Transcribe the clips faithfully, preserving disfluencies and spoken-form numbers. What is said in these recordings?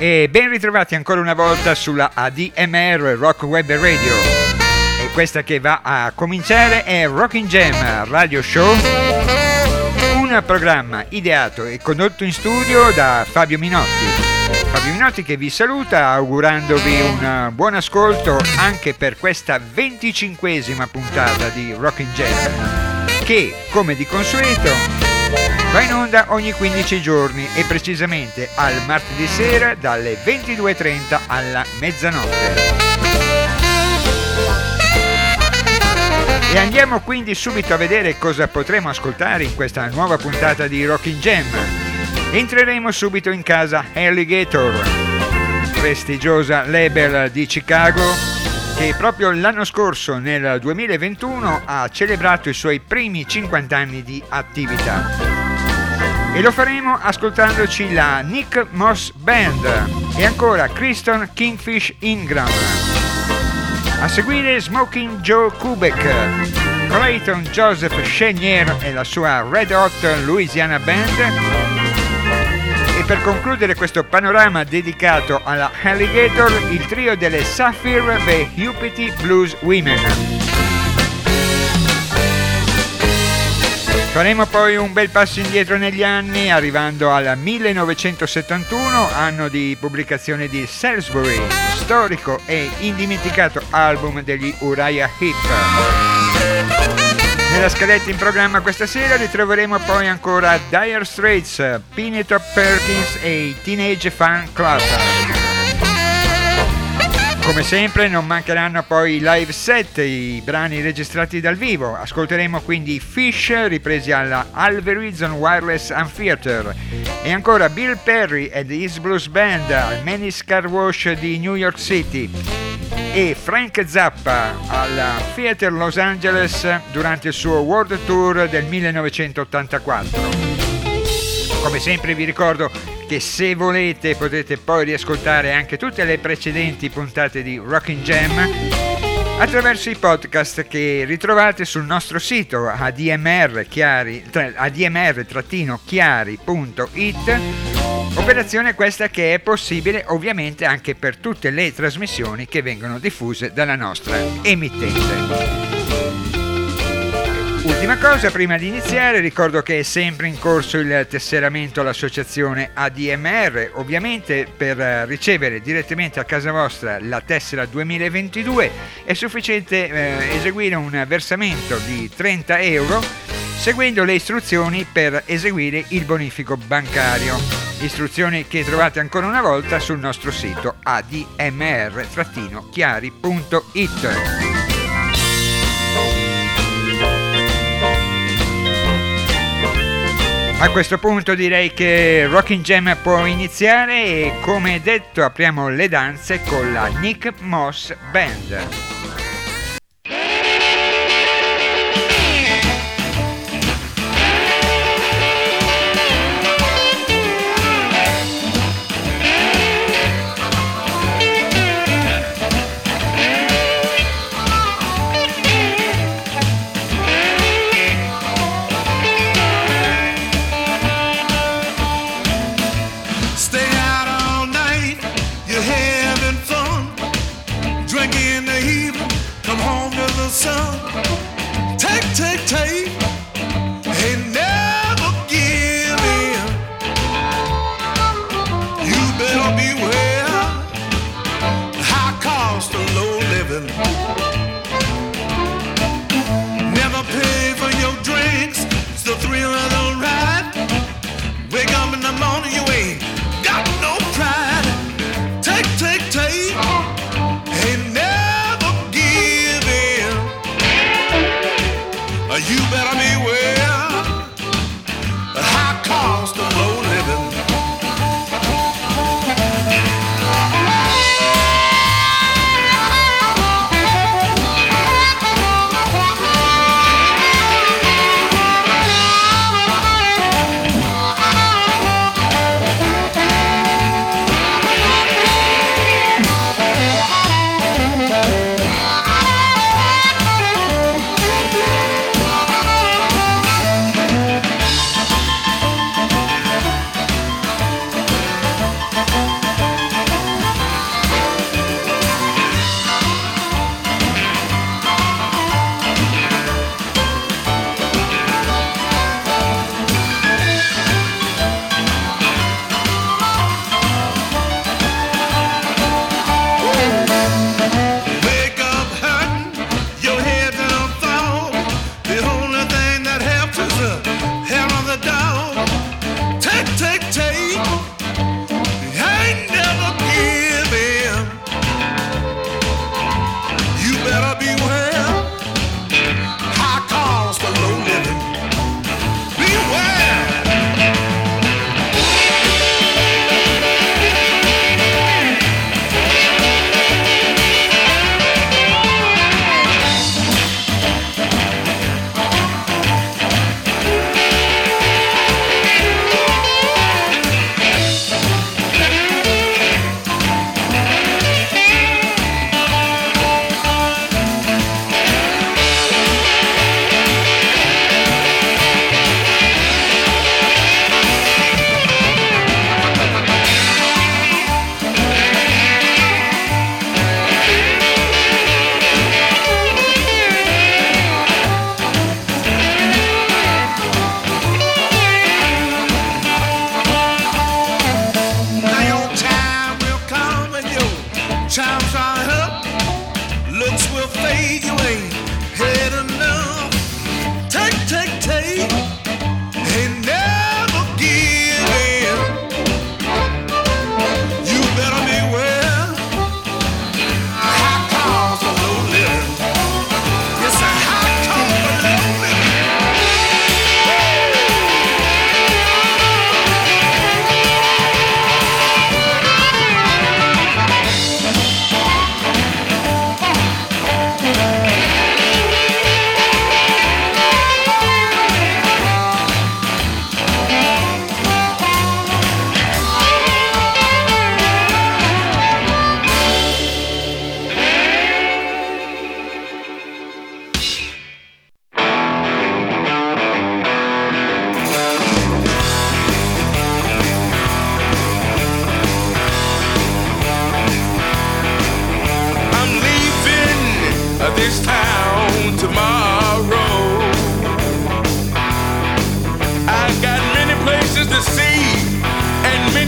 E ben ritrovati ancora una volta sulla A D M R Rock Web Radio. E questa che va a cominciare è Rockin' Jam Radio Show, un programma ideato e condotto in studio da Fabio Minotti. Fabio Minotti che vi saluta augurandovi un buon ascolto anche per questa venticinquesima puntata di Rockin' Jam, che come di consueto va in onda ogni quindici giorni e precisamente al martedì sera dalle ventidue e trenta alla mezzanotte. E andiamo quindi subito a vedere cosa potremo ascoltare in questa nuova puntata di Rockin' Jam. Entreremo subito in casa Alligator, prestigiosa label di Chicago che proprio l'anno scorso, nel duemilaventuno, ha celebrato i suoi primi cinquanta anni di attività. E lo faremo ascoltandoci la Nick Moss Band e ancora Kristen Kingfish Ingram. A seguire Smoking Joe Kubek, Clayton Joseph Chenier e la sua Red Hot Louisiana Band. E per concludere questo panorama dedicato alla Alligator, il trio delle Sapphire The Uppity Blues Women. Faremo poi un bel passo indietro negli anni, arrivando al millenovecentosettantuno, anno di pubblicazione di Salisbury, storico e indimenticato album degli Uriah Heep. Nella scaletta in programma questa sera ritroveremo poi ancora Dire Straits, Peanut Perkins e i Teenage Fan Club. Come sempre non mancheranno poi i live set, i brani registrati dal vivo. Ascolteremo quindi Fish ripresi alla Alverizon Wireless Amphitheater e ancora Bill Perry ed His Blues Band al Manny's Car Wash di New York City e Frank Zappa alla Theater Los Angeles durante il suo World Tour del millenovecentottantaquattro. Come sempre vi ricordo che se volete potete poi riascoltare anche tutte le precedenti puntate di Rockin' Jam attraverso i podcast che ritrovate sul nostro sito A D M R chiari, A D M R chiari punto it, operazione questa che è possibile ovviamente anche per tutte le trasmissioni che vengono diffuse dalla nostra emittente. Ultima cosa, prima di iniziare, ricordo che è sempre in corso il tesseramento all'associazione A D M R. Ovviamente per ricevere direttamente a casa vostra la tessera duemilaventidue è sufficiente eh, eseguire un versamento di trenta euro seguendo le istruzioni per eseguire il bonifico bancario. Istruzioni che trovate ancora una volta sul nostro sito A D M R chiari punto it. A questo punto direi che Rockin' Jam può iniziare e come detto apriamo le danze con la Nick Moss Band. You're having fun, drinking the heat.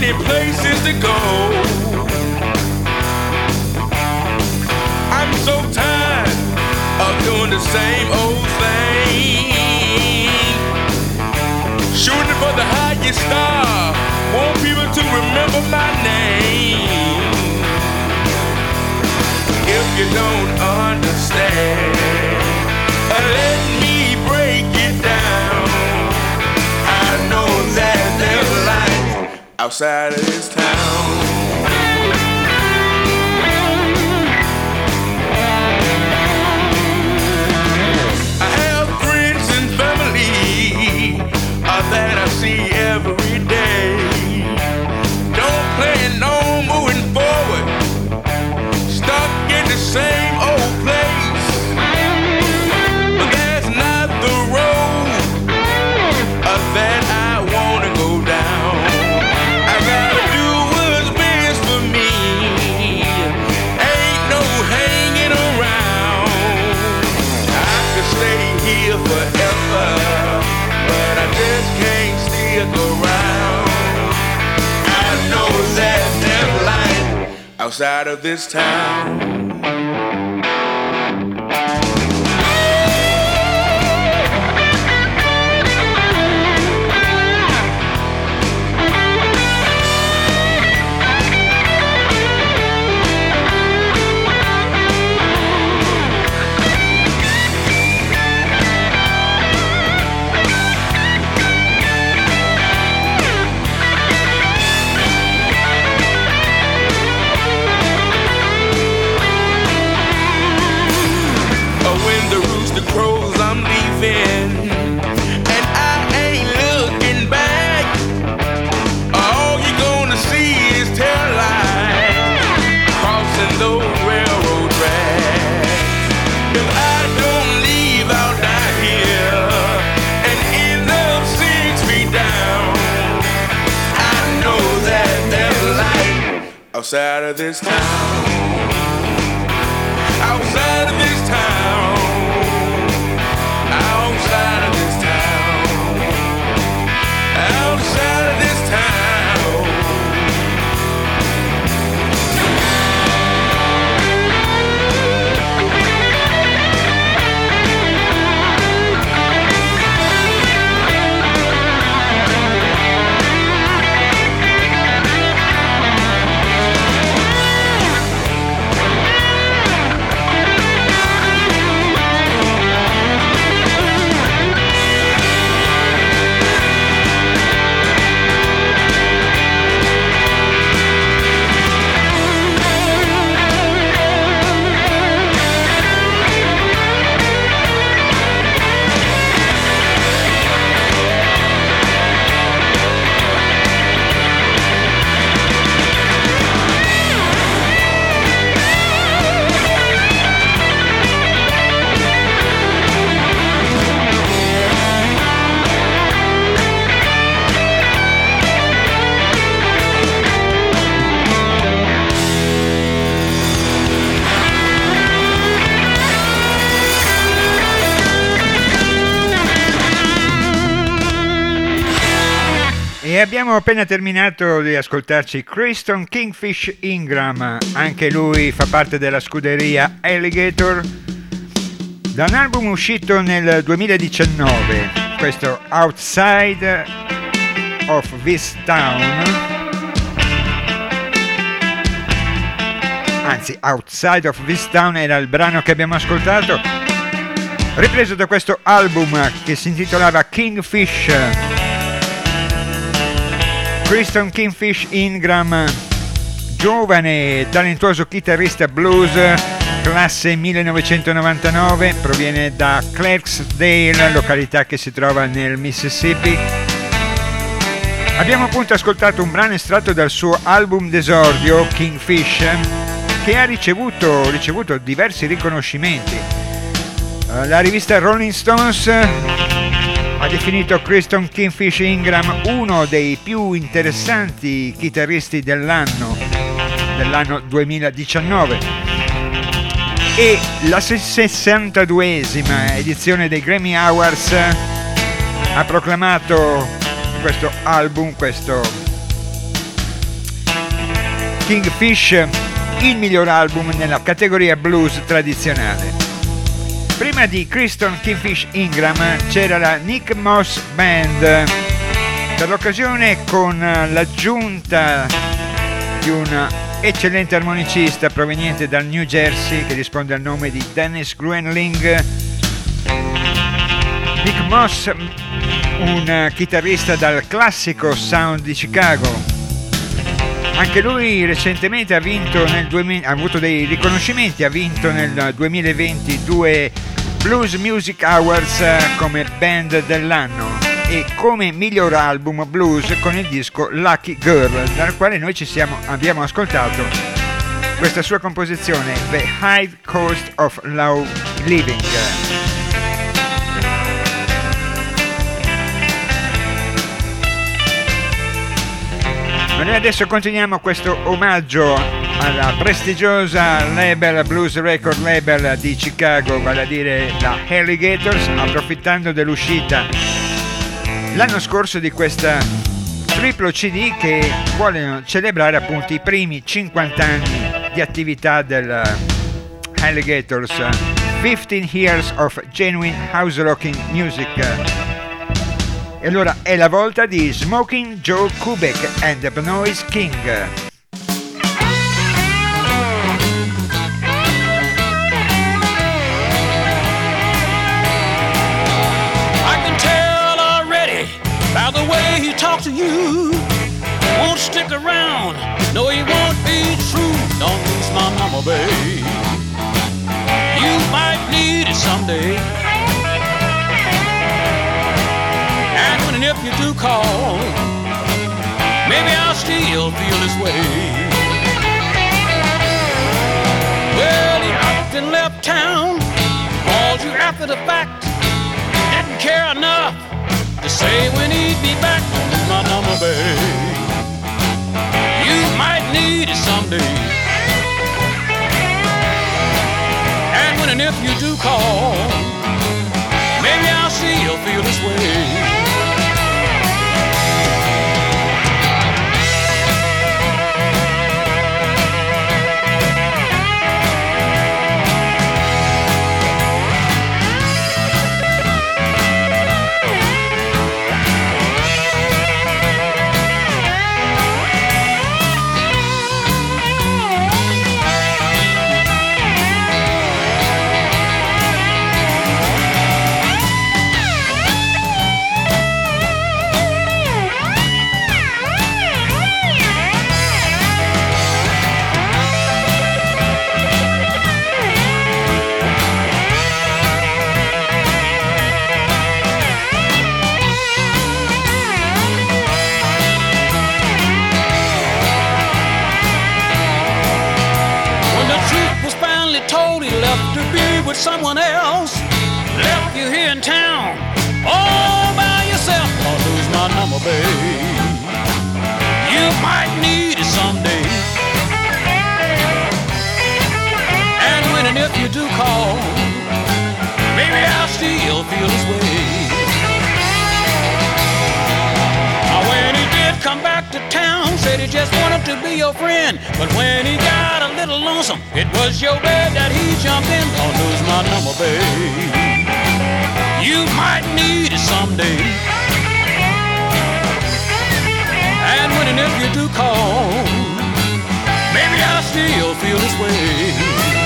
many places to go. I'm so tired of doing the same old thing. Shooting for the highest star, want people to remember my name. If you don't understand, let me break it down. I know that there's life outside of this town. I have friends and family uh, that I see every day. Don't plan on moving forward, stuck in the same old place. But that's not the road uh, that I wanna go down. I gotta do what's best for me. Ain't no hanging around. I could stay here forever, but I just can't stick around. I know that there's life outside of this town. Crows I'm leaving, and I ain't looking back. All you're gonna see is tail lights crossing those railroad tracks. If I don't leave, I'll die here and end up six feet down. I know that there's light outside of this town, outside of this town. Outside of this town, outside of this town. E abbiamo appena terminato di ascoltarci Kristen Kingfish Ingram, anche lui fa parte della scuderia Alligator, da un album uscito nel duemiladiciannove, questo Outside of This Town, anzi Outside of This Town era il brano che abbiamo ascoltato, ripreso da questo album che si intitolava Kingfish. Kristen Kingfish Ingram, giovane e talentuoso chitarrista blues, classe millenovecentonovantanove, proviene da Clarksdale, località che si trova nel Mississippi. Abbiamo appunto ascoltato un brano estratto dal suo album d'esordio, Kingfish, che ha ricevuto, ricevuto diversi riconoscimenti. La rivista Rolling Stones ha definito Kristen Kingfish Ingram uno dei più interessanti chitarristi dell'anno, dell'anno duemiladiciannove, e la sessantaduesima edizione dei Grammy Awards ha proclamato questo album, questo Kingfish, il miglior album nella categoria blues tradizionale. Prima di Kristen Kingfish Ingram c'era la Nick Moss Band, per l'occasione con l'aggiunta di un eccellente armonicista proveniente dal New Jersey che risponde al nome di Dennis Gruenling. Nick Moss, un chitarrista dal classico sound di Chicago. Anche lui recentemente ha vinto nel duemila, ha avuto dei riconoscimenti, ha vinto nel duemilaventi due Blues Music Awards come band dell'anno e come miglior album blues con il disco Lucky Girl, dal quale noi ci siamo, abbiamo ascoltato questa sua composizione, The High Cost of Low Living. Ma noi adesso continuiamo questo omaggio alla prestigiosa label Blues Record Label di Chicago, vale a dire la Alligators, approfittando dell'uscita l'anno scorso di questa triplo C D che vuole celebrare appunto i primi cinquanta anni di attività del Alligators, fifteen years of genuine house rocking music. E allora è la volta di Smoking Joe Kubek and the Noise King. By the way he talks to you, won't stick around, no he won't be true. Don't lose my number, babe, you might need it someday. And when and if you do call, maybe I'll still feel this way. Well, he up and left town, called you after the fact, didn't care enough to say when he'd be back. My number, babe, you might need it someday. And when and if you do call, maybe I'll still feel this way. Someone else left you here in town all by yourself. Don't lose my number, babe, you might need it someday. And when and if you do call, maybe I'll still feel this way. Now when he did come back to town, said he just wanted to be your friend, but when he got a little lonesome, it was your bed that he jumped in. Don't lose my number, babe, you might need it someday. And when and if you do call, maybe I'll still feel this way.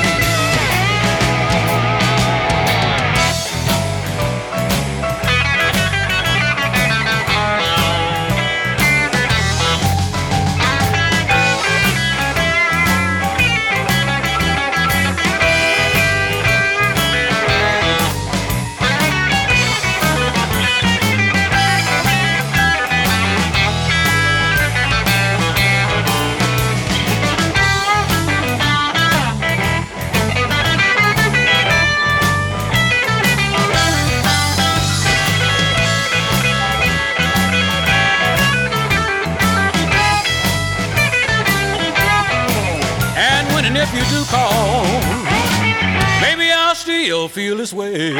If you do call, maybe I'll still feel this way.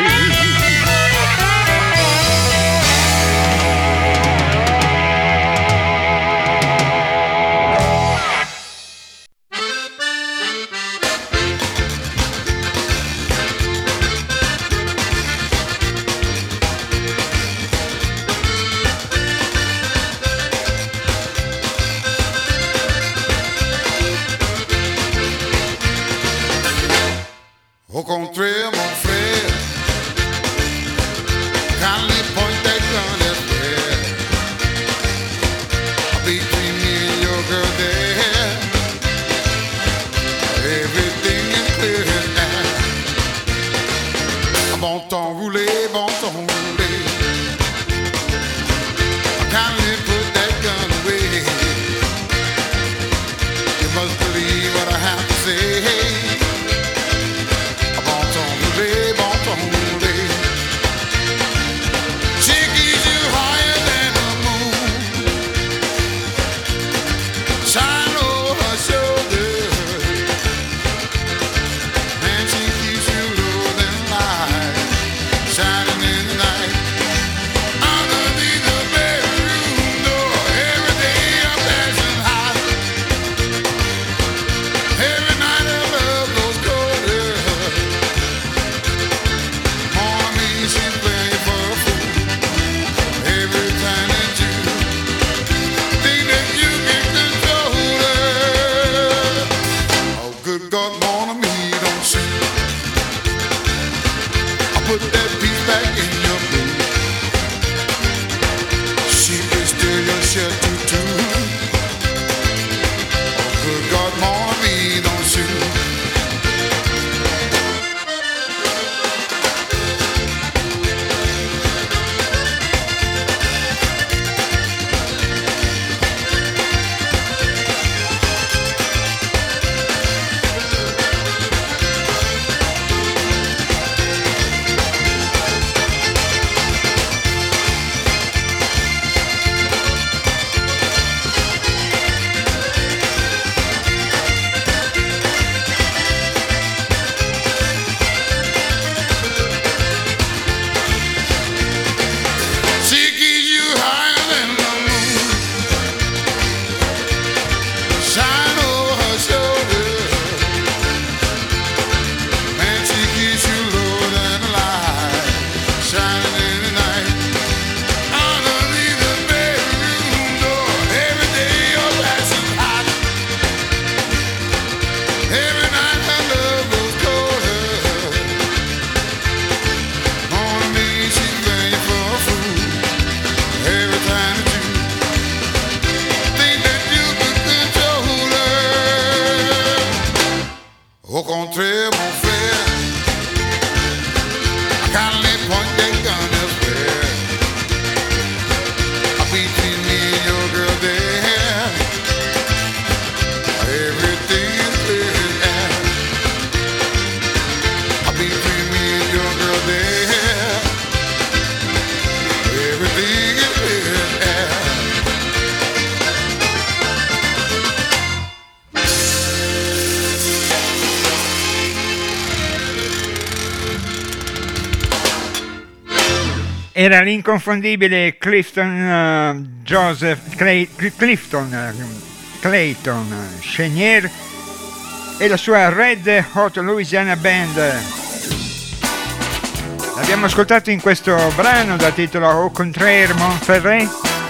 era l'inconfondibile Clifton uh, Joseph Clay, Clifton uh, Clayton Chenier e la sua Red Hot Louisiana Band. L'abbiamo ascoltato in questo brano dal titolo Au contraire Montferré.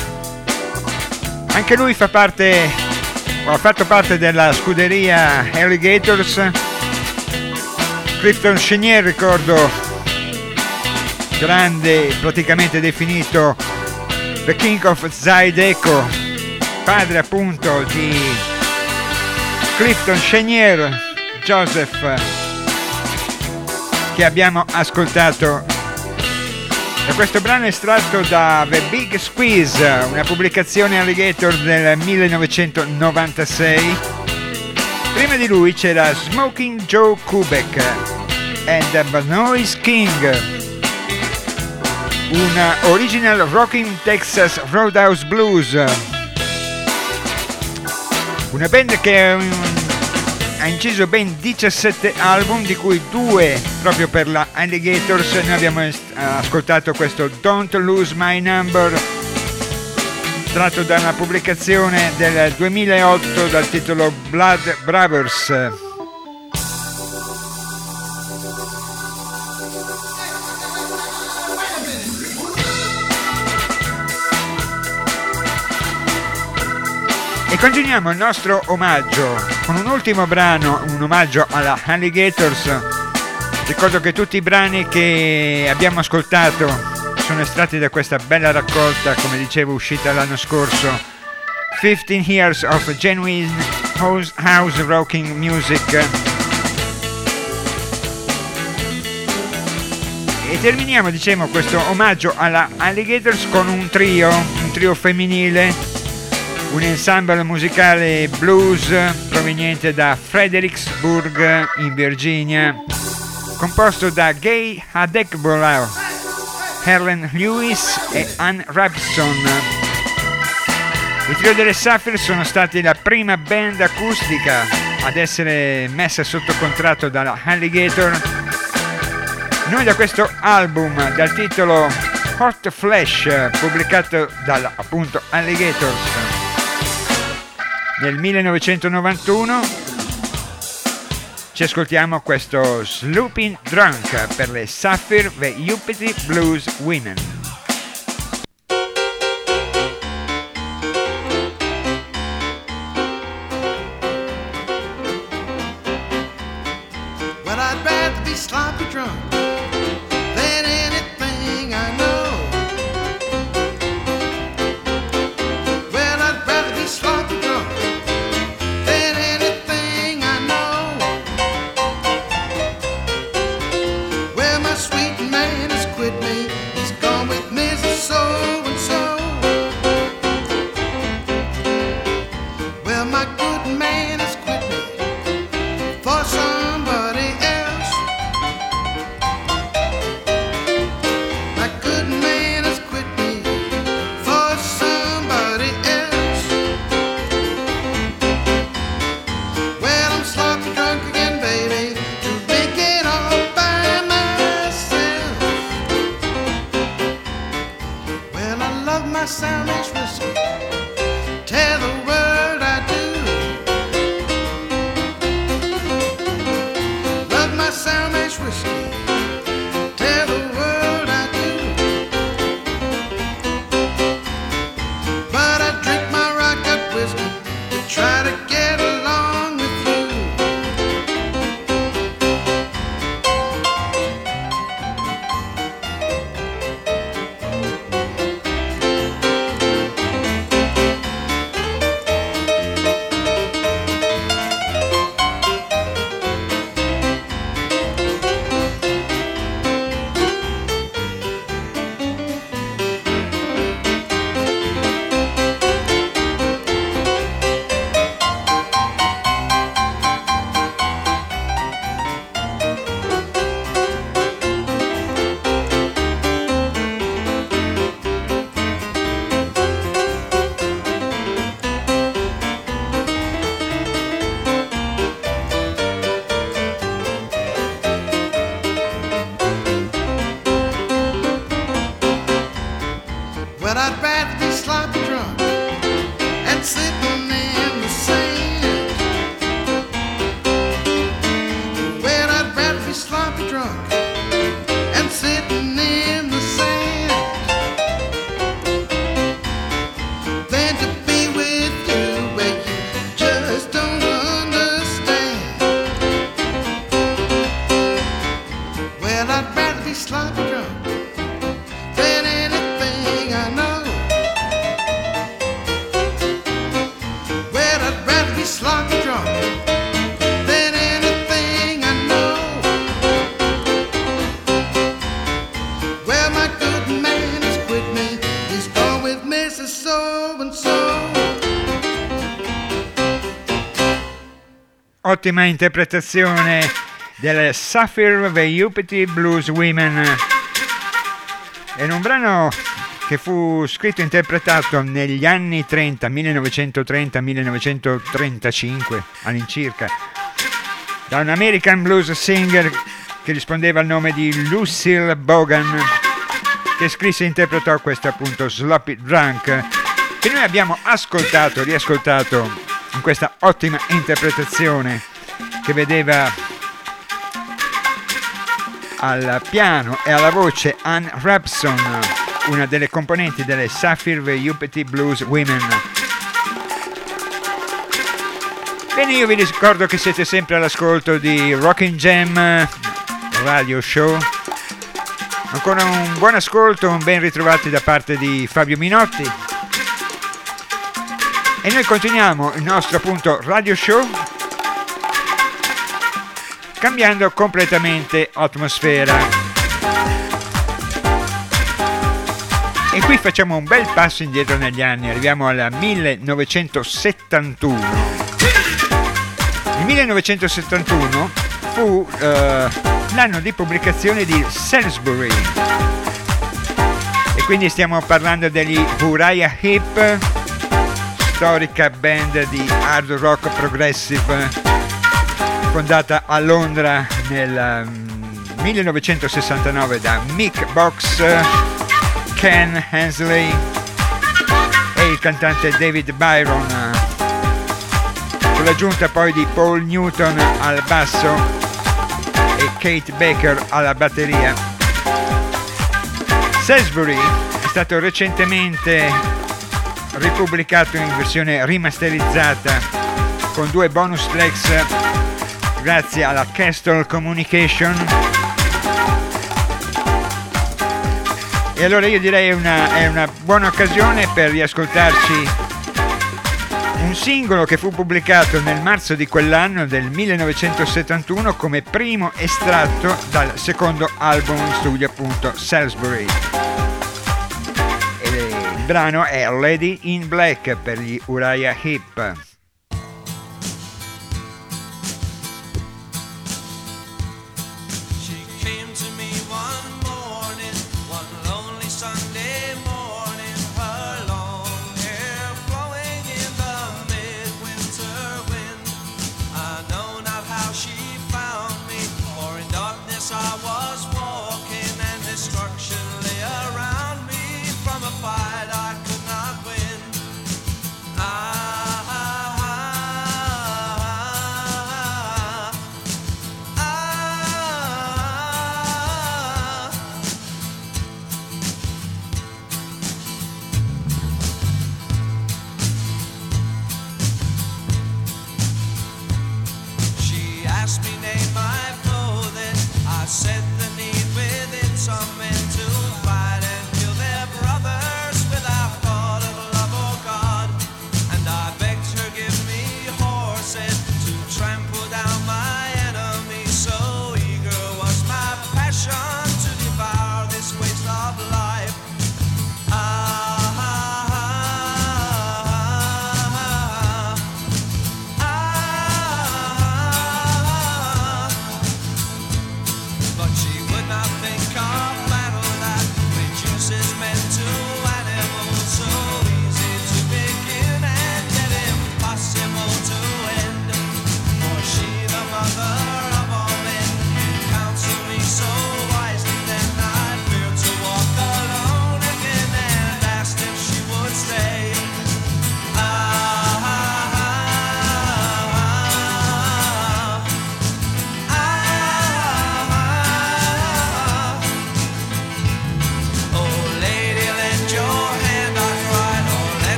Anche lui fa parte o ha fatto parte della scuderia Alligators. Clifton Chenier, ricordo, grande, praticamente definito The King of Zydeco, padre appunto di Clifton Chenier, Joseph, che abbiamo ascoltato. E questo brano è estratto da The Big Squeeze, una pubblicazione Alligator del millenovecentonovantasei. Prima di lui c'era Smoking Joe Kubek and the Noise King, una original Rocking Texas Roadhouse Blues, una band che um, ha inciso ben diciassette album, di cui due proprio per la Alligators. Noi abbiamo est- ascoltato questo Don't Lose My Number, tratto da una pubblicazione del duemilaotto dal titolo Blood Brothers. E continuiamo il nostro omaggio con un ultimo brano, un omaggio alla Alligators. Ricordo che tutti i brani che abbiamo ascoltato sono estratti da questa bella raccolta, come dicevo, uscita l'anno scorso, fifteen Years of Genuine House, house Rocking Music. E terminiamo, diciamo, questo omaggio alla Alligators con un trio, un trio femminile, un ensemble musicale blues proveniente da Fredericksburg in Virginia, composto da Gay Adekbolau, Helen Lewis e Ann Rapson. I trio delle Sapphire sono stati la prima band acustica ad essere messa sotto contratto dalla Alligator. Noi da questo album dal titolo Hot Flash, pubblicato dalla appunto Alligators nel millenovecentonovantuno, ci ascoltiamo questo Sloopin' Drunk per le Sapphire, The Uppity Blues Women. Well, I'd rather be sloppy drunk than anything I know. Well, I'd rather be sloppy drunk than anything I know. Well, my sweet man has quit me. He's gone with Missus So-and-so. Well, my good man has quit me for somebody else. My good man has quit me for somebody else. Well, I'm sloppy drunk again, baby, drinking all by myself. Well, I love my Sound-Mix whiskey, tell the world I do. Love my Sound-Mix whiskey, tell the world I do. But I drink my rock-up whiskey to try to get along with you. tastes like a drug than anything I know. Well, my good man has quit me. He's gone with Missus So-and-so. Ottima interpretazione del Sapphire the Uppity Blues Women. È un brano che fu scritto e interpretato negli anni trenta, millenovecentotrenta millenovecentotrentacinque all'incirca, da un American blues singer che rispondeva al nome di Lucille Bogan, che scrisse e interpretò questo appunto Sloppy Drunk, che noi abbiamo ascoltato, riascoltato in questa ottima interpretazione che vedeva al piano e alla voce Ann Rapson, una delle componenti delle Sapphire the Uppity Blues Women. Bene, io vi ricordo che siete sempre all'ascolto di Rockin' Jam Radio Show. Ancora un buon ascolto, un ben ritrovati da parte di Fabio Minotti. E noi continuiamo il nostro appunto radio show cambiando completamente atmosfera. E qui facciamo un bel passo indietro negli anni, arriviamo al millenovecentosettantuno. Il millenovecentosettantuno fu eh, l'anno di pubblicazione di Salisbury, e quindi stiamo parlando degli Uriah Heep, storica band di hard rock progressive fondata a Londra nel um, millenovecentosessantanove da Mick Box, Ken Hensley e il cantante David Byron, con l'aggiunta poi di Paul Newton al basso e Kate Baker alla batteria. Salisbury è stato recentemente ripubblicato in versione rimasterizzata con due bonus tracks grazie alla Castle Communication. E allora io direi una, è una buona occasione per riascoltarci un singolo che fu pubblicato nel marzo di quell'anno del millenovecentosettantuno come primo estratto dal secondo album in studio appunto Salisbury. E il brano è Lady in Black per gli Uriah Heep. Ah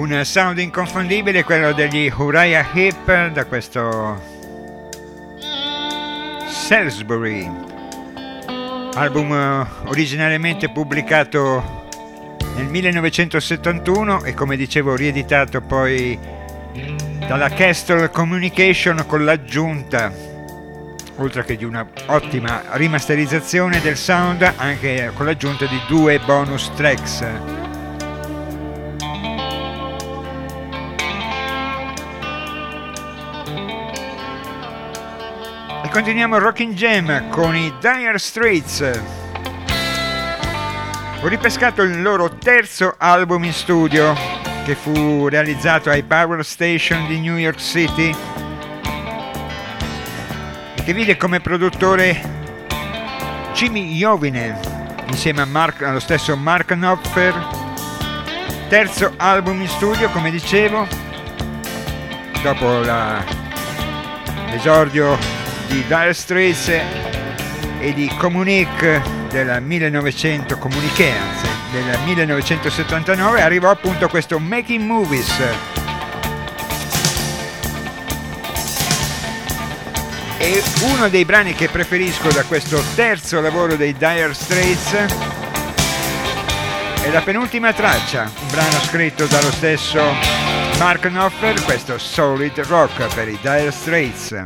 Un sound inconfondibile, quello degli Uriah Heep, da questo Salisbury, album originariamente pubblicato nel millenovecentosettantuno e, come dicevo, rieditato poi dalla Castle Communication con l'aggiunta, oltre che di una ottima rimasterizzazione del sound, anche con l'aggiunta di due bonus tracks. E continuiamo il Rockin' Jam con i Dire Straits. Ho ripescato il loro terzo album in studio, che fu realizzato ai Power Station di New York City e che vide come produttore Jimmy Iovine insieme a Mark, allo stesso Mark Knopfler. Terzo album in studio, come dicevo, dopo la, l'esordio di Dire Straits e di Communique del millenovecento Comunique, anzi, del millenovecentosettantanove, arrivò appunto questo Making Movies. E uno dei brani che preferisco da questo terzo lavoro dei Dire Straits è la penultima traccia, un brano scritto dallo stesso Mark Knopfler, questo Solid Rock per i Dire Straits.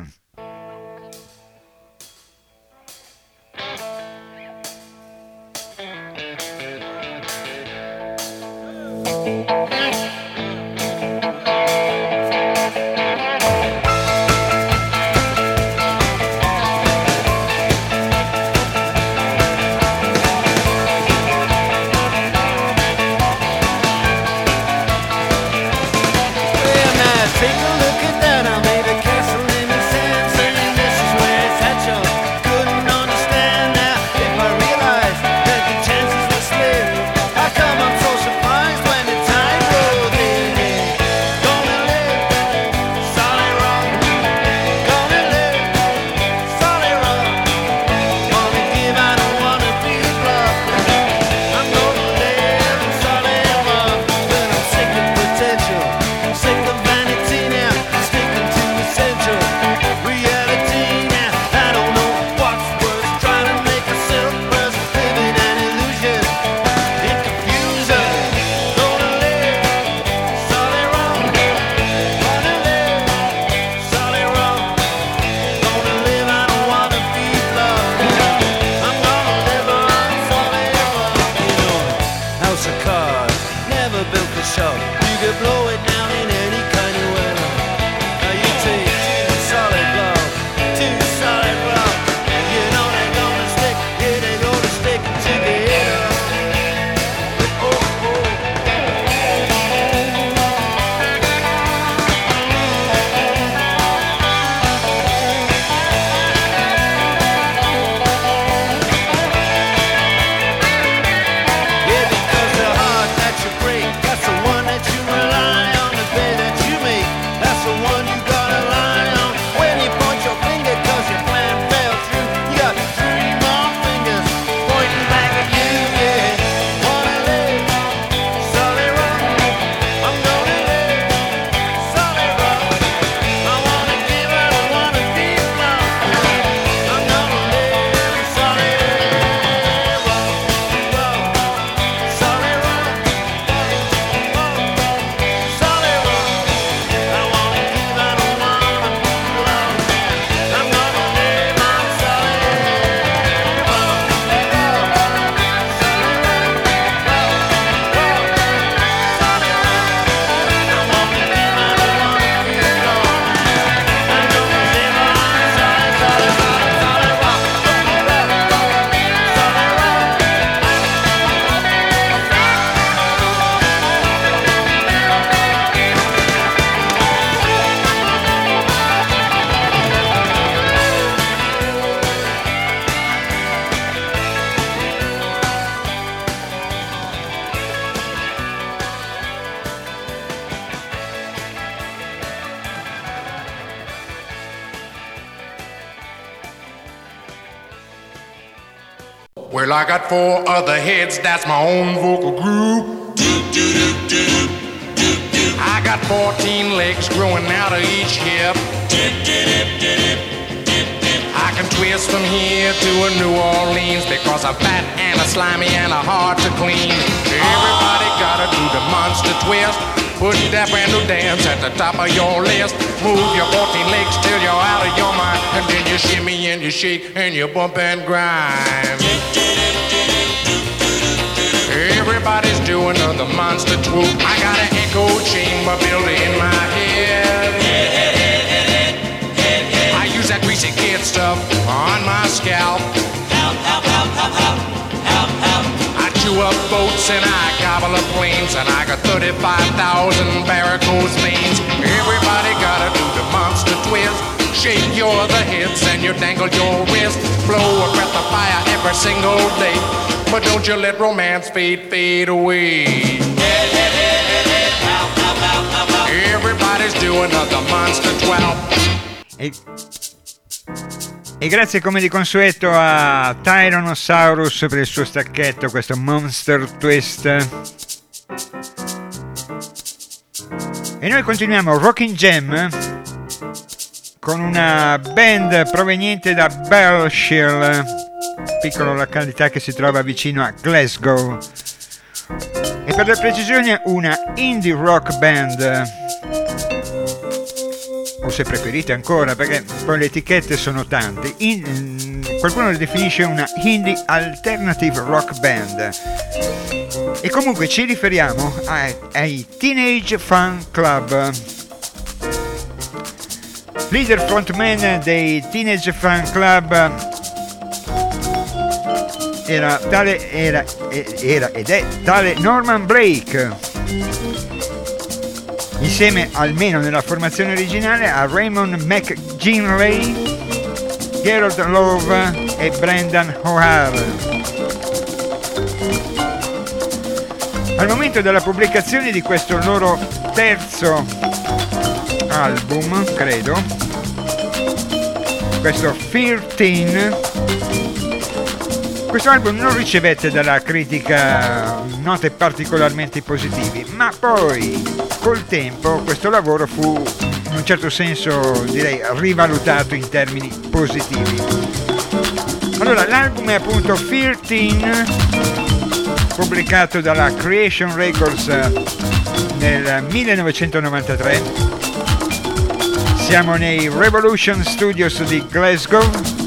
Well, I got four other heads, that's my own vocal group. got fourteen legs growing out of each hip. I can twist from here to a New Orleans because I'm fat and a slimy and a hard to clean. Everybody gotta do the monster twist. Put that brand new dance at the top of your list. Move your fourteen legs till you're out of your mind. And then you shimmy and you shake and you bump and grind. Everybody's doing the monster swoop. I got an echo chamber built in my head. I use that greasy kid stuff on my scalp. Help, help, help, help, help, help, help. I chew up boats and I gobble up planes, and I got thirty-five thousand varicose veins. Everybody gotta do the monster twist. Shake your other hips and you dangle your wrist. Blow a breath of fire every single day. But don't you let romance fade, fade away. Everybody's doing the monster twelve. E, e grazie come di consueto a Tyrannosaurus per il suo stacchetto, questo Monster Twist. E noi continuiamo Rockin' Jam con una band proveniente da Belshire, piccola località che si trova vicino a Glasgow, e per la precisione una indie rock band, o se preferite ancora, perché poi le etichette sono tante. In, qualcuno le definisce una indie alternative rock band, e comunque ci riferiamo ai, ai Teenage Fan Club. Leader frontman dei Teenage Fan Club era tale era, era ed è tale Norman Blake, insieme almeno nella formazione originale a Raymond McGinley, Gerald Love e Brendan O'Hare. Al momento della pubblicazione di questo loro terzo album, credo, questo tredici, questo album non ricevette dalla critica note particolarmente positive, ma poi col tempo questo lavoro fu in un certo senso, direi, rivalutato in termini positivi. Allora, l'album è appunto tredici, pubblicato dalla Creation Records nel millenovecentonovantatré. Siamo nei Revolution Studios di Glasgow.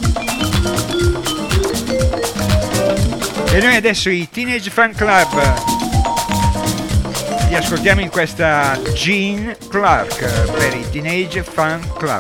E noi adesso i Teenage Fan Club li ascoltiamo in questa Gene Clark per i Teenage Fan Club.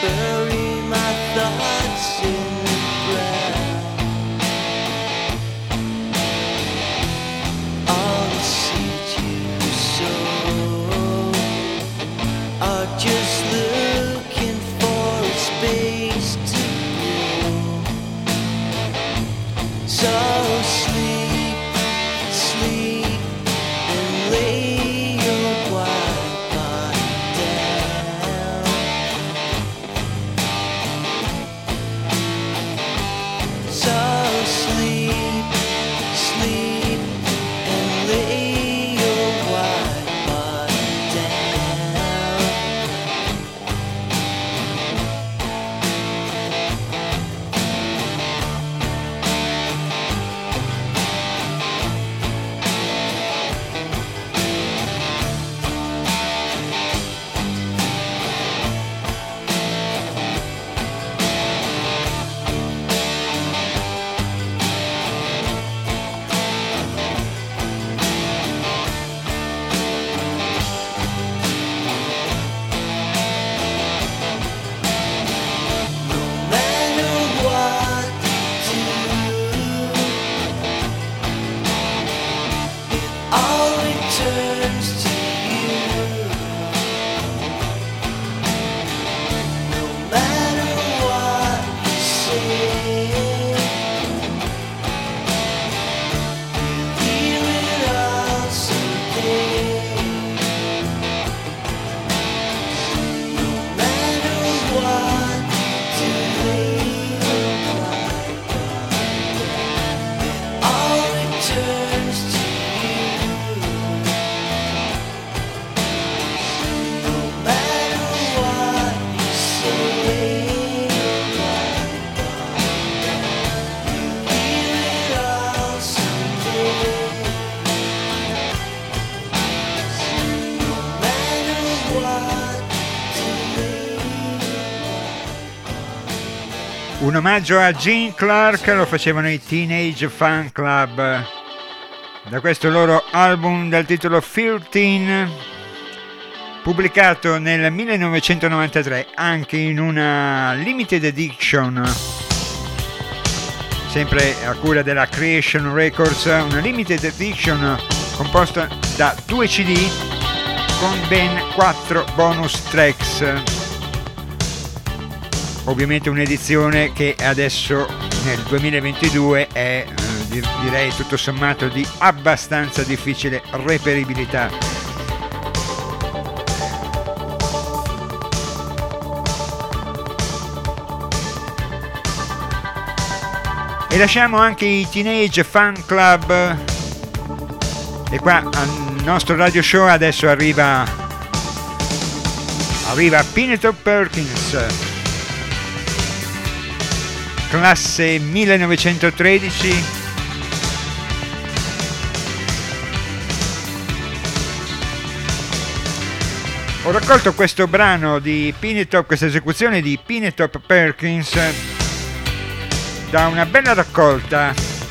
bury my thoughts in the ground. All the seeds you sow are just looking for a space to grow. So sleep, sleep, and lay your white body down. So sleep, sleep, and lay your white body down. No matter what you do, it all returns to you. No matter what you say, you'll hear it all someday. No matter what you do, it all returns to you. No matter what you say, you'll hear it all someday. No matter what you do. Un omaggio a Gene Clark lo facevano i Teenage Fan Club da questo loro album dal titolo tredici, pubblicato nel millenovecentonovantatré anche in una limited edition, sempre a cura della Creation Records, una limited edition composta da due C D con ben quattro bonus tracks. Ovviamente un'edizione che adesso nel duemilaventidue è eh, di- direi tutto sommato di abbastanza difficile reperibilità. E lasciamo anche i Teenage Fan Club e qua al nostro radio show adesso arriva arriva Pineto Perkins, classe millenovecentotredici. Ho raccolto questo brano di Pinetop, questa esecuzione di Pinetop Perkins da una bella raccolta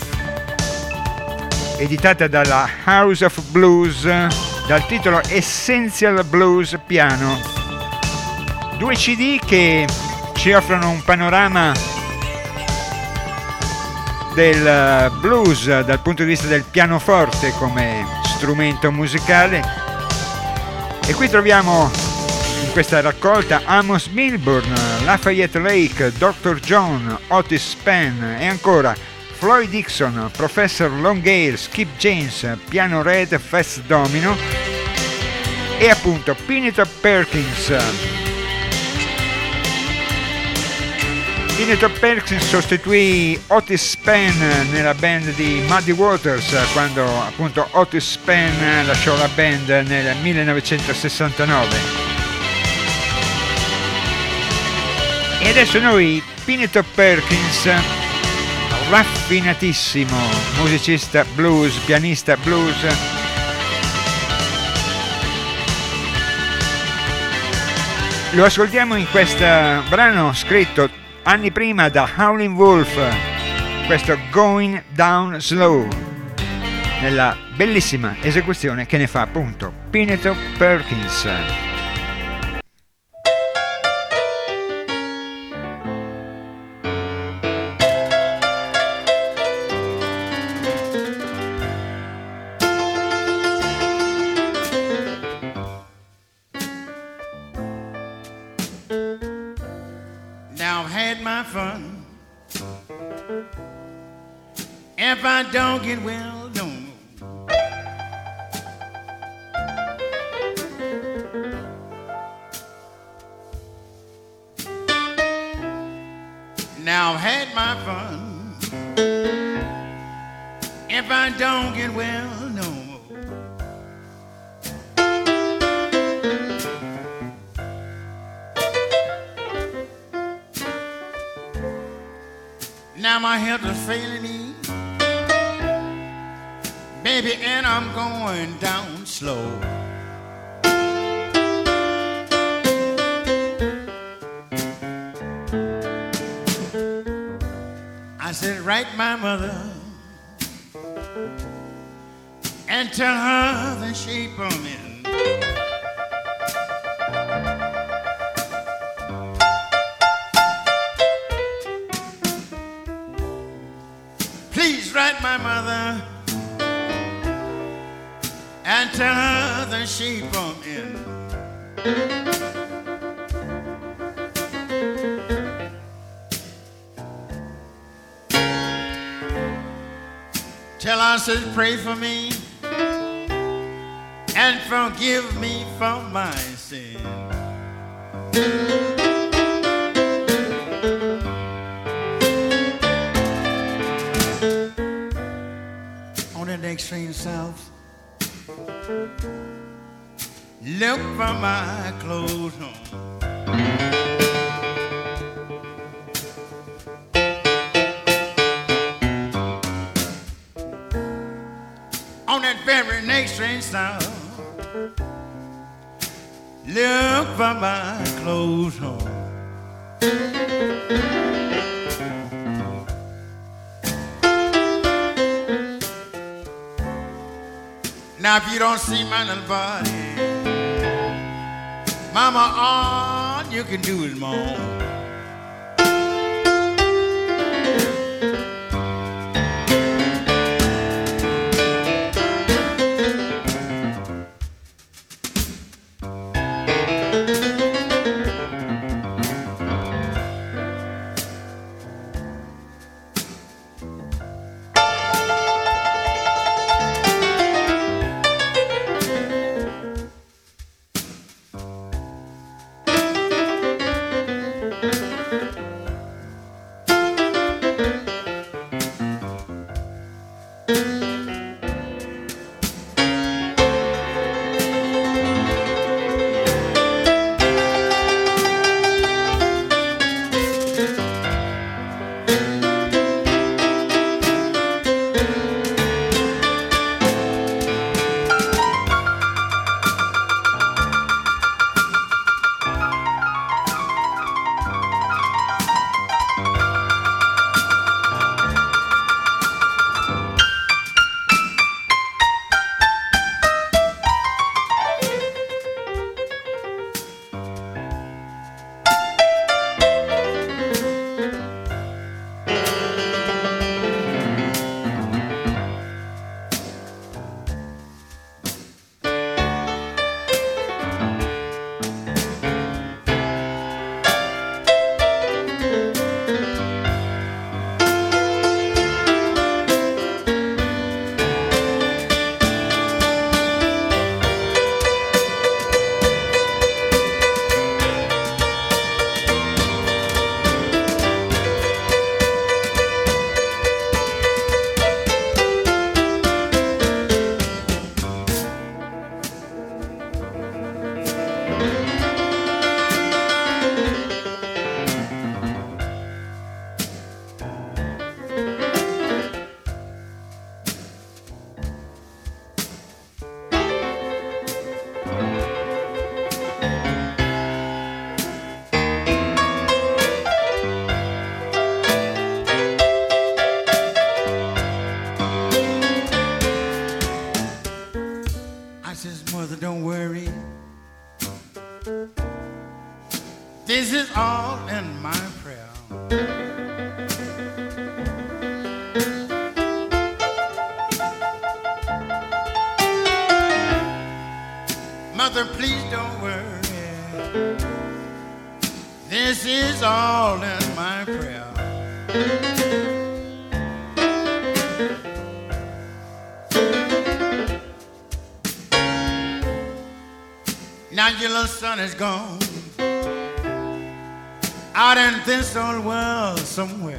editata dalla House of Blues dal titolo Essential Blues Piano. Due C D che ci offrono un panorama del blues dal punto di vista del pianoforte come strumento musicale, e qui troviamo in questa raccolta Amos Milburn, Lafayette Lake, doctor John, Otis Spann e ancora Floyd Dixon, Professor Longale, Skip James, Piano Red, Fats Domino e appunto Pineto Perkins. Pineto Perkins sostituì Otis Spann nella band di Muddy Waters quando appunto Otis Spann lasciò la band nel millenovecentosessantanove. E adesso noi Pineto Perkins, raffinatissimo musicista blues, pianista blues, lo ascoltiamo in questo brano scritto anni prima da Howlin' Wolf, questo Going Down Slow, nella bellissima esecuzione che ne fa appunto Pineto Perkins. Now I've had my fun. If I don't get well, no more. Now I've had my fun. If I don't get well, no more. Now my health is failing me, baby, and I'm going down slow. I said, write my mother and tell her the shape I'm in. Please write my mother and tell her the shape I'm in. Tell her, says, pray for me and forgive me for my sin. On the next train south, look for my clothes on. On that very next train south, look for my clothes on. Now if you don't see my little body, mama, all you can do is moan. This is all in my prayer. Mother, please don't worry. This is all in my prayer. Now your little son is gone out in this old world somewhere.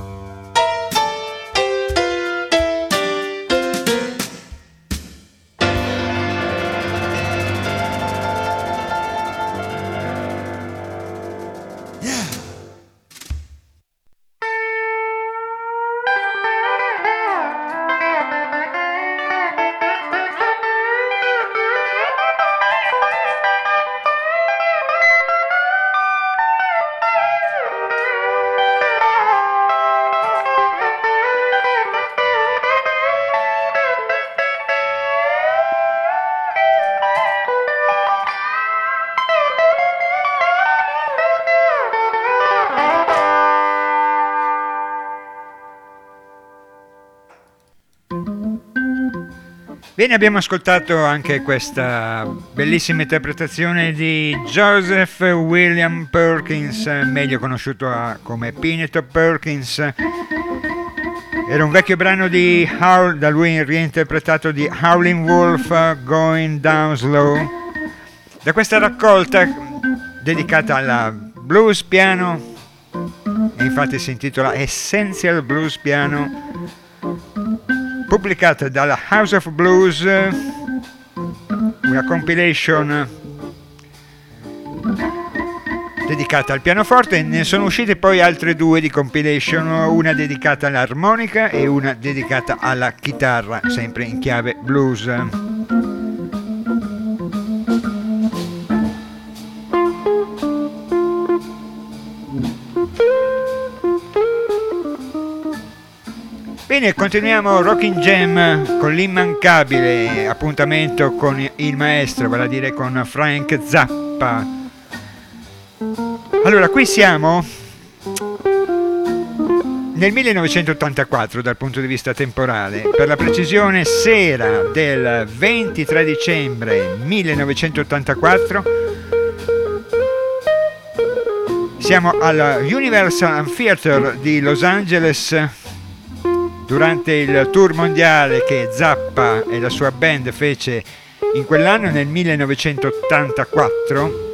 Bene, abbiamo ascoltato anche questa bellissima interpretazione di Joseph William Perkins, meglio conosciuto come Peanut Perkins. Era un vecchio brano di Howl, da lui reinterpretato, di Howlin' Wolf, Going Down Slow. Da questa raccolta dedicata alla blues piano, e infatti si intitola Essential Blues Piano, pubblicata dalla House of Blues, una compilation dedicata al pianoforte. Ne sono uscite poi altre due di compilation, una dedicata all'armonica e una dedicata alla chitarra, sempre in chiave blues. Bene, continuiamo Rockin' Jam con l'immancabile appuntamento con il maestro, vale a dire con Frank Zappa. Allora, qui siamo nel millenovecentottantaquattro dal punto di vista temporale, per la precisione sera del ventitré dicembre millenovecentottantaquattro. Siamo al Universal Theatre di Los Angeles durante il tour mondiale che Zappa e la sua band fece in quell'anno, nel millenovecentottantaquattro.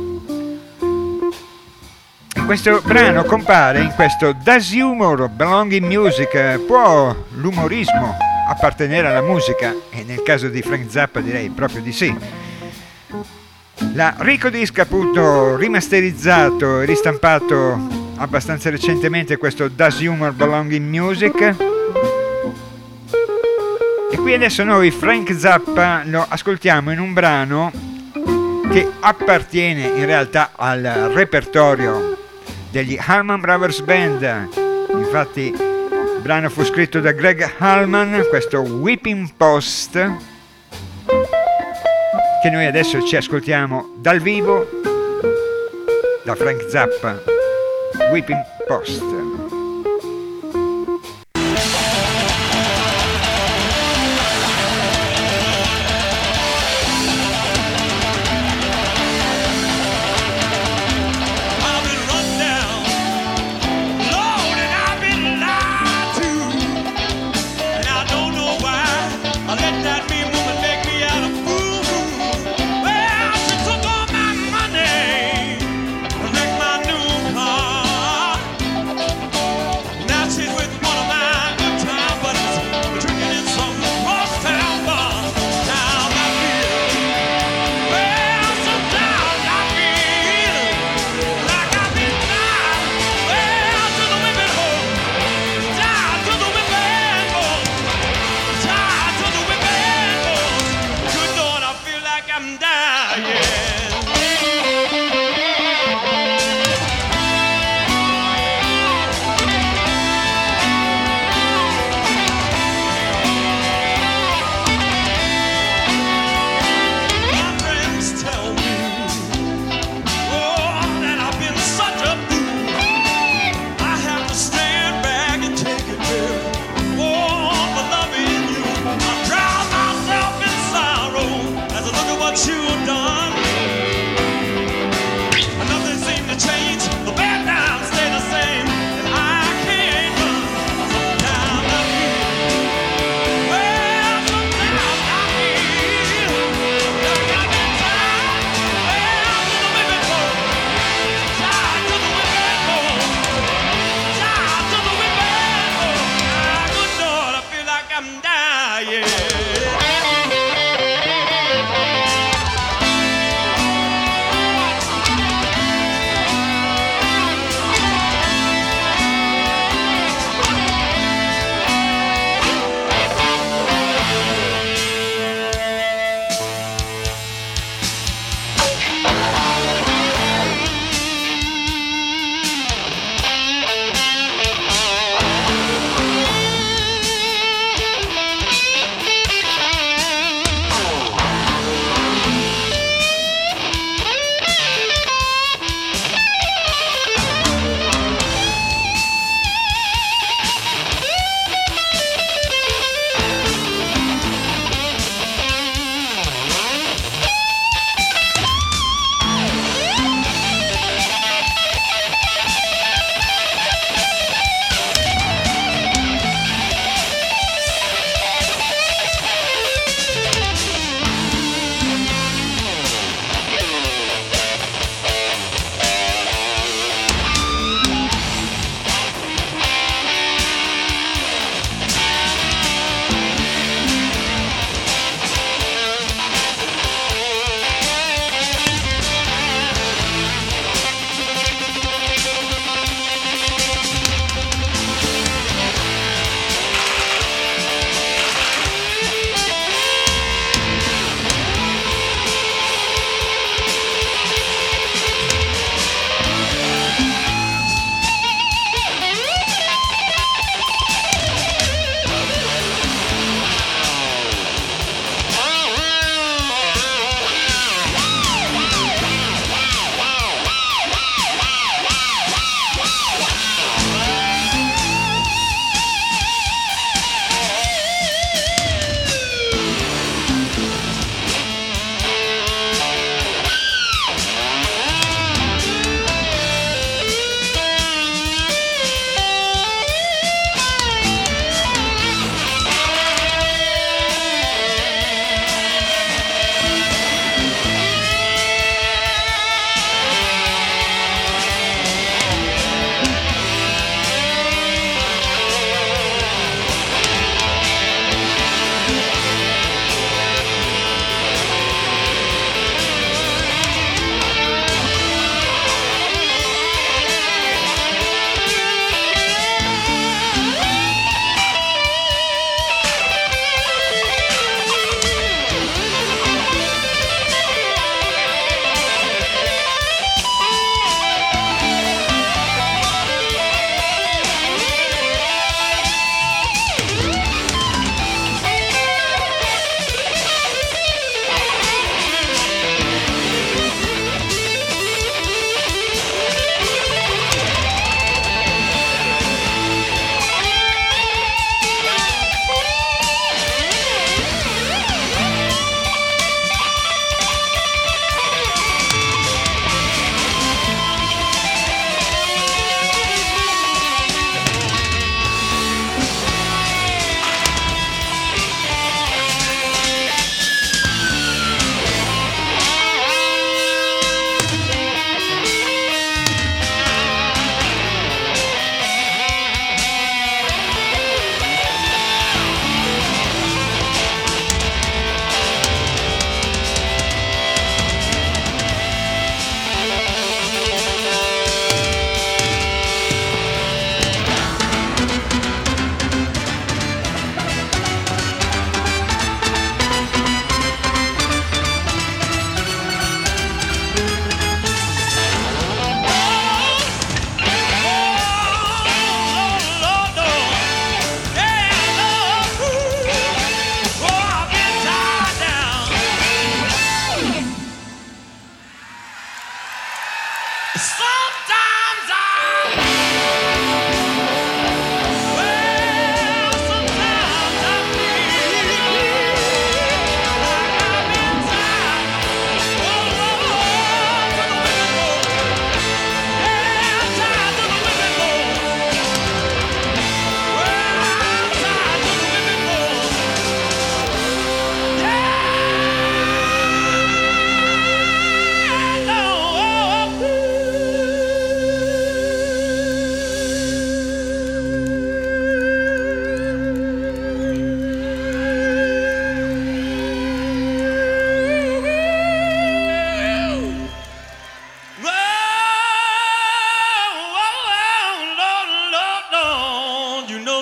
Questo brano compare in questo Does Humor Belong in Music? Può l'umorismo appartenere alla musica? E nel caso di Frank Zappa direi proprio di sì. La Ricodisc, appunto, rimasterizzato e ristampato abbastanza recentemente questo Does Humor Belong in Music? E qui adesso noi Frank Zappa lo ascoltiamo in un brano che appartiene in realtà al repertorio degli Allman Brothers Band. Infatti il brano fu scritto da Greg Allman, questo Whipping Post, che noi adesso ci ascoltiamo dal vivo da Frank Zappa, Whipping Post. Money, make my new car.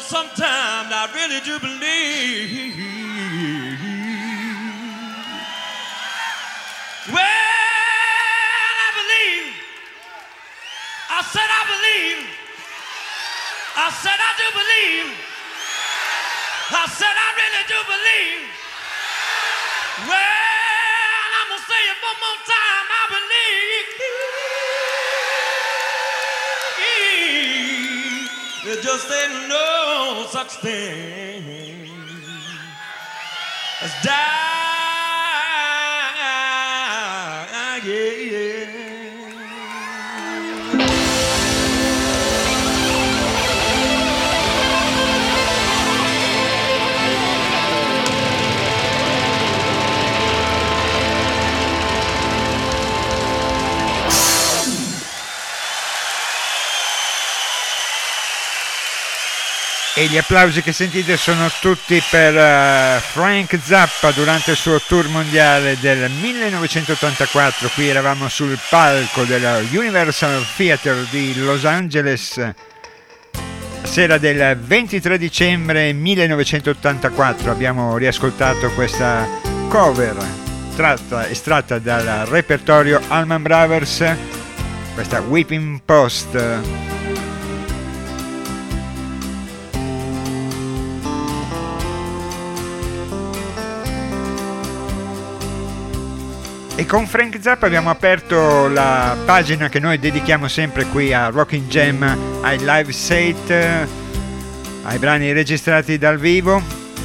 sometimes I really do believe. Well, I believe. I said I believe. I said I do believe. I said I really do believe. Well, I'm gonna say it one more time. I believe. There just ain't no such thing as dying. Yeah, yeah. E gli applausi che sentite sono tutti per uh, Frank Zappa durante il suo tour mondiale del millenovecentottantaquattro. Qui eravamo sul palco della Universal Theatre di Los Angeles, sera del ventitré dicembre millenovecentottantaquattro. Abbiamo riascoltato questa cover tratta, estratta dal repertorio Allman Brothers, questa Whipping Post. E con Frank Zappa abbiamo aperto la pagina che noi dedichiamo sempre qui a Rockin' Jam, ai live set, ai brani registrati dal vivo.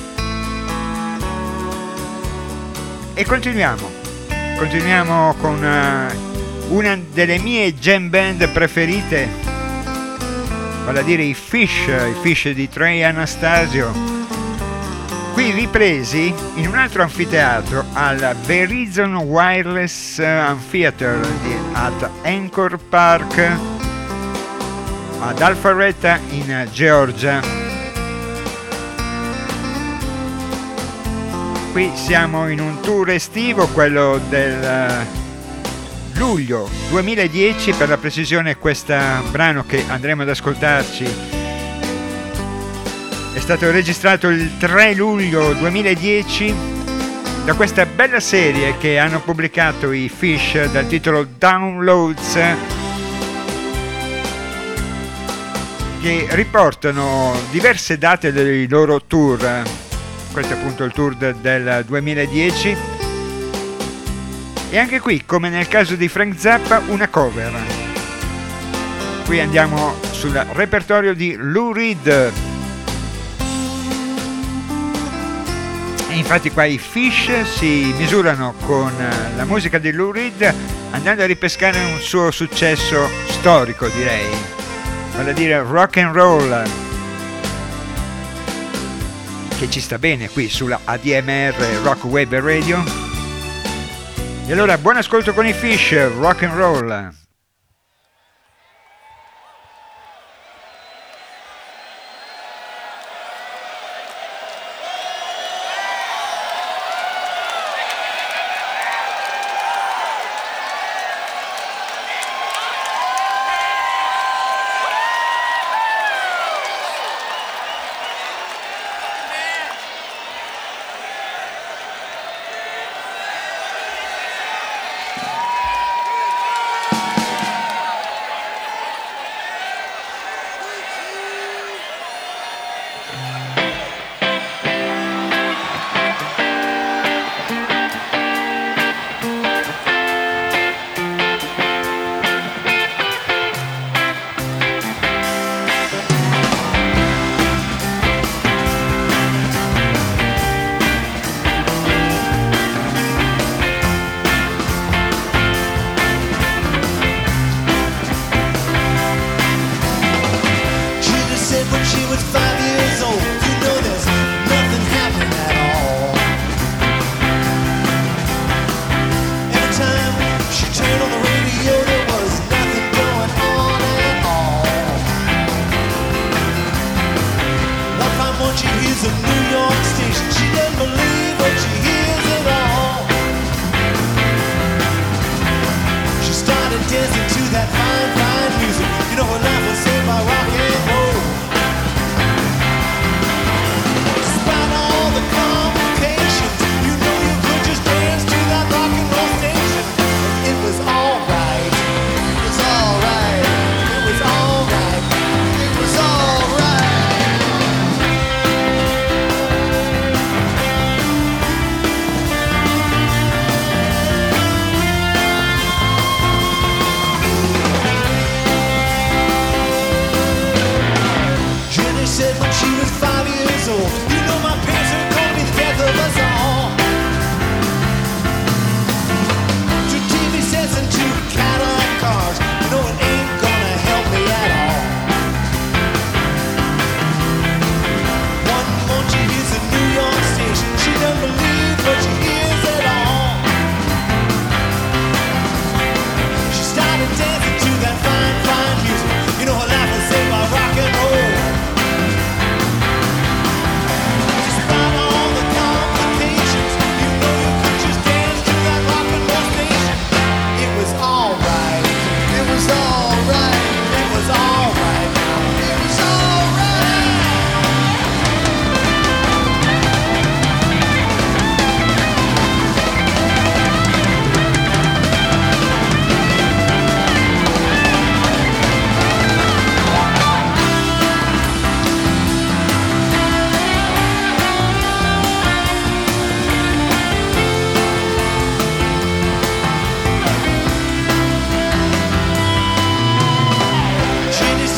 E continuiamo, continuiamo con uh, una delle mie jam band preferite, vale a dire i Fish, i Fish di Trey Anastasio. Qui ripresi in un altro anfiteatro, al Verizon Wireless Amphitheater di, at Anchor Park ad Alpharetta in Georgia. Qui siamo in un tour estivo, quello del luglio duemiladieci, per la precisione. Questo brano che andremo ad ascoltarci è stato registrato il tre luglio duemiladieci da questa bella serie che hanno pubblicato i Fish dal titolo Downloads, che riportano diverse date dei loro tour. Questo è appunto il tour del duemiladieci. E anche qui, come nel caso di Frank Zappa, una cover. Qui andiamo sul repertorio di Lou Reed. Infatti qua i Fish si misurano con la musica di Lou Reed, andando a ripescare un suo successo storico, direi, vale a dire rock and roll, che ci sta bene qui sulla A D M R Rock Web Radio. E allora buon ascolto con i Fish, rock and roll.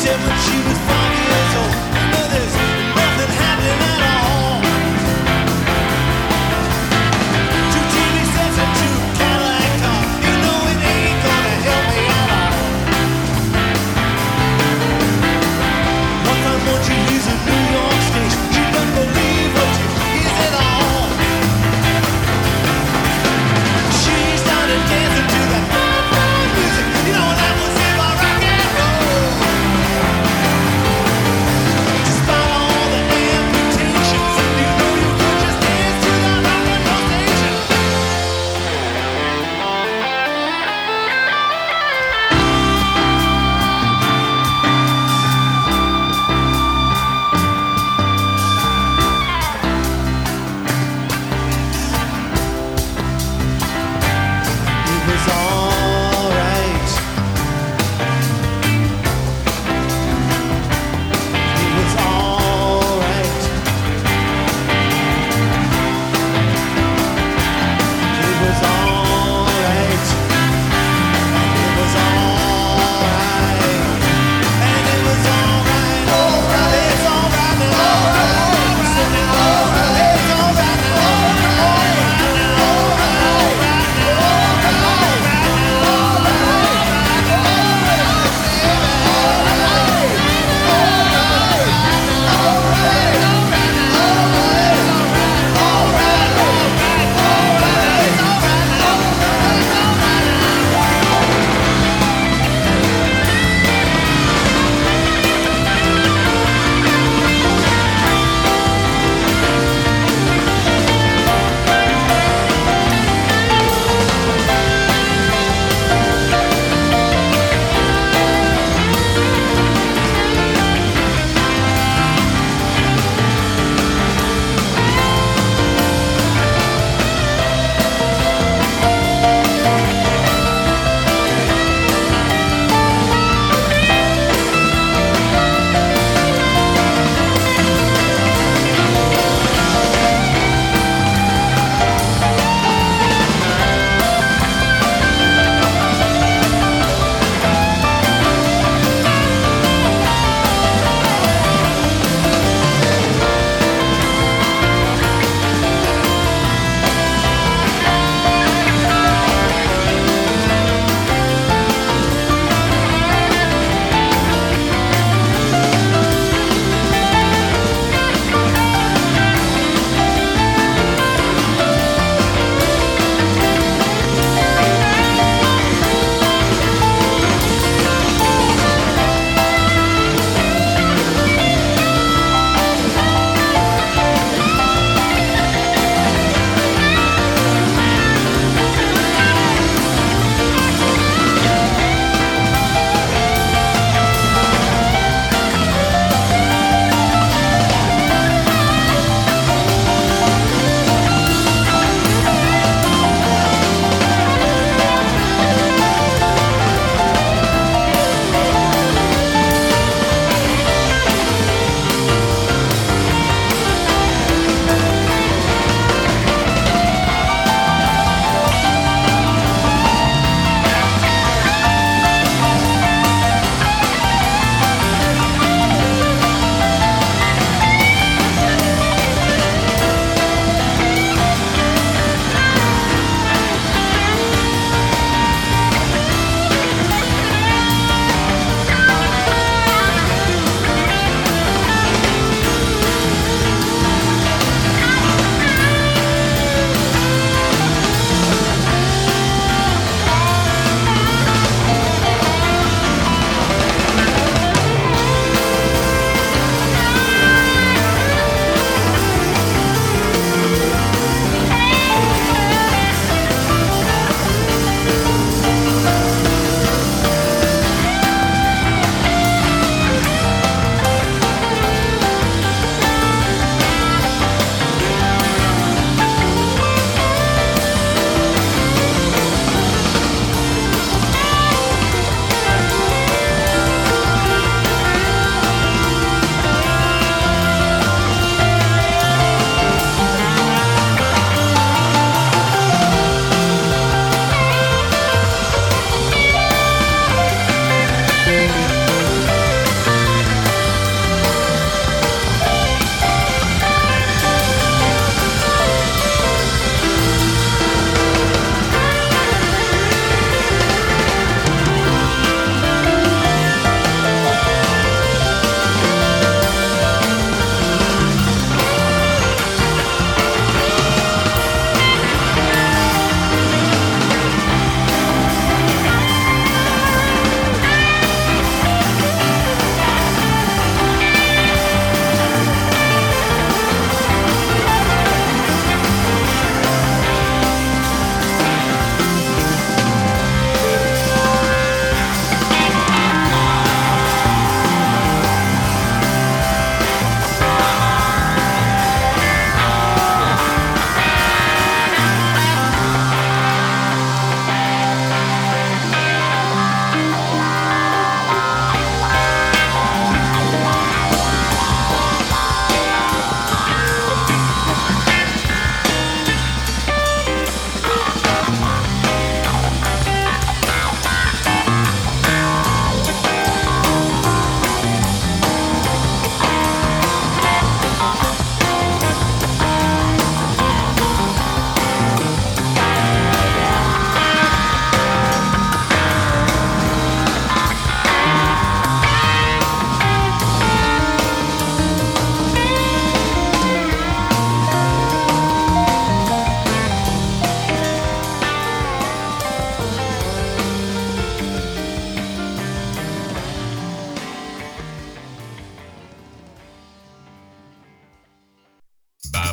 Music, you know that was in my rock and roll.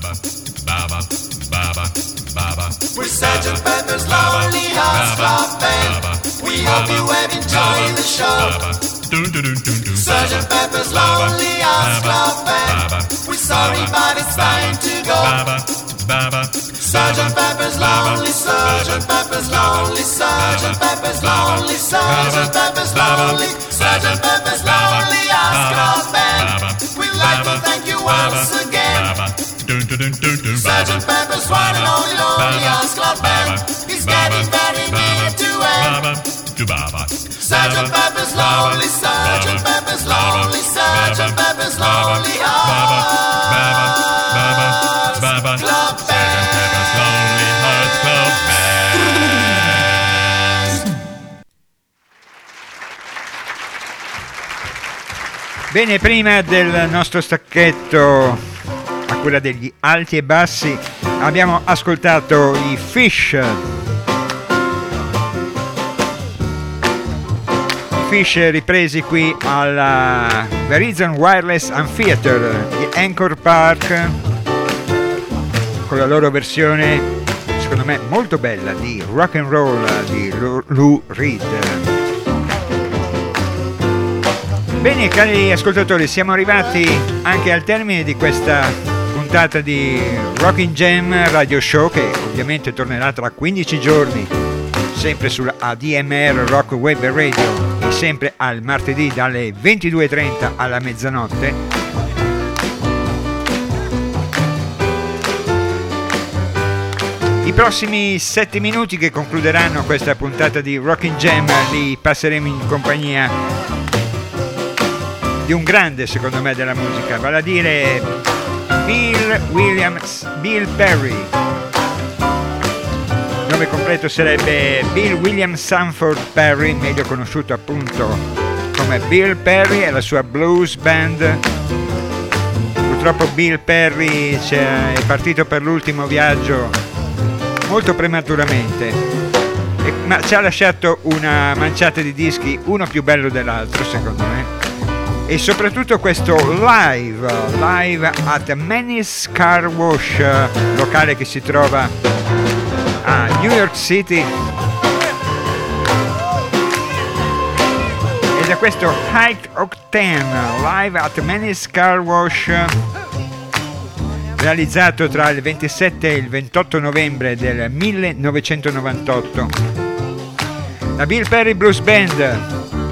With Sergeant Pepper's Lonely Hearts Club Band, we hope you have enjoyed the show. Sergeant Pepper's Lonely Hearts Club Band, we're sorry but it's time to go. Sergeant Pepper's Lonely, Sergeant Pepper's Lonely, Sergeant Pepper's Lonely, Sergeant Pepper's Lonely, Sergeant Pepper's Lonely Hearts Club Band, we'd like to thank you once again. Sergeant Pepper's one and only Lonely Hearts Club Band is getting very near to end. Sergeant Pepper's Lonely, Sergeant Pepper's Lonely, Sergeant Pepper's Lonely Hearts Club Band. Bene, prima del nostro stacchetto a cura degli alti e bassi abbiamo ascoltato i Fish. Fish ripresi qui alla Verizon Wireless Amphitheatre di Anchor Park con la loro versione secondo me molto bella di rock and roll di Lou Reed. Bene cari ascoltatori, siamo arrivati anche al termine di questa puntata di Rockin' Jam Radio Show, che ovviamente tornerà tra quindici giorni sempre sulla A D M R Rock Web Radio e sempre al martedì dalle ventidue e trenta alla mezzanotte. I prossimi sette minuti che concluderanno questa puntata di Rockin' Jam li passeremo in compagnia di un grande secondo me della musica, vale a dire Bill Williams, Bill Perry. Il nome completo sarebbe Bill William Sanford Perry, meglio conosciuto appunto come Bill Perry e la sua blues band. Purtroppo Bill Perry è partito per l'ultimo viaggio molto prematuramente, e, ma ci ha lasciato una manciata di dischi, uno più bello dell'altro secondo me. E soprattutto questo live, live at Manny's Car Wash, locale che si trova a New York City. Ed è questo High Octane, live at Manny's Car Wash, realizzato tra il ventisette e il ventotto novembre del millenovecentonovantotto. La Bill Perry Blues Band,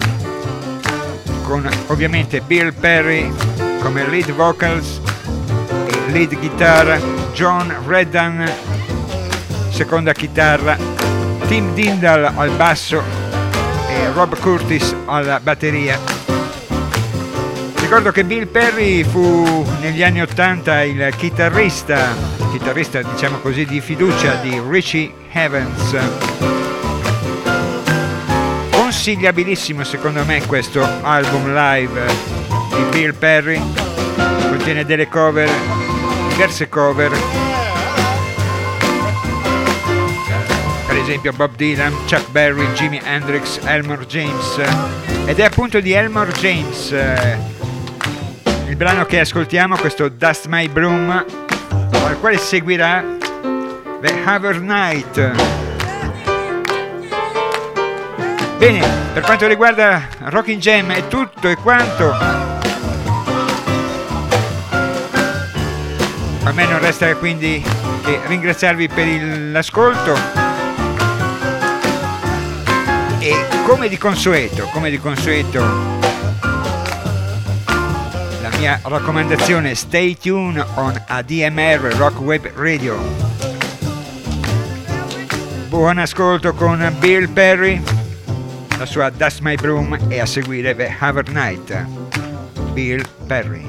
con ovviamente Bill Perry come lead vocals e lead guitar, John Reddan seconda chitarra, Tim Dindal al basso e Rob Curtis alla batteria. Ricordo che Bill Perry fu negli anni ottanta il chitarrista, chitarrista diciamo così di fiducia di Richie Havens. Consigliabilissimo secondo me questo album live di Bill Perry, contiene delle cover, diverse cover, per esempio Bob Dylan, Chuck Berry, Jimi Hendrix, Elmore James, ed è appunto di Elmore James il brano che ascoltiamo, questo Dust My Broom, al quale seguirà The Haver Night. Bene, per quanto riguarda Rockin' Jam è tutto e quanto. A me non resta quindi che ringraziarvi per il, l'ascolto e come di consueto, come di consueto la mia raccomandazione: stay tuned on A D M R Rock Web Radio. Buon ascolto con Bill Perry, la sua Dust My Broom, e a seguire The Haver Night, Bill Perry.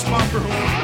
bumper horn.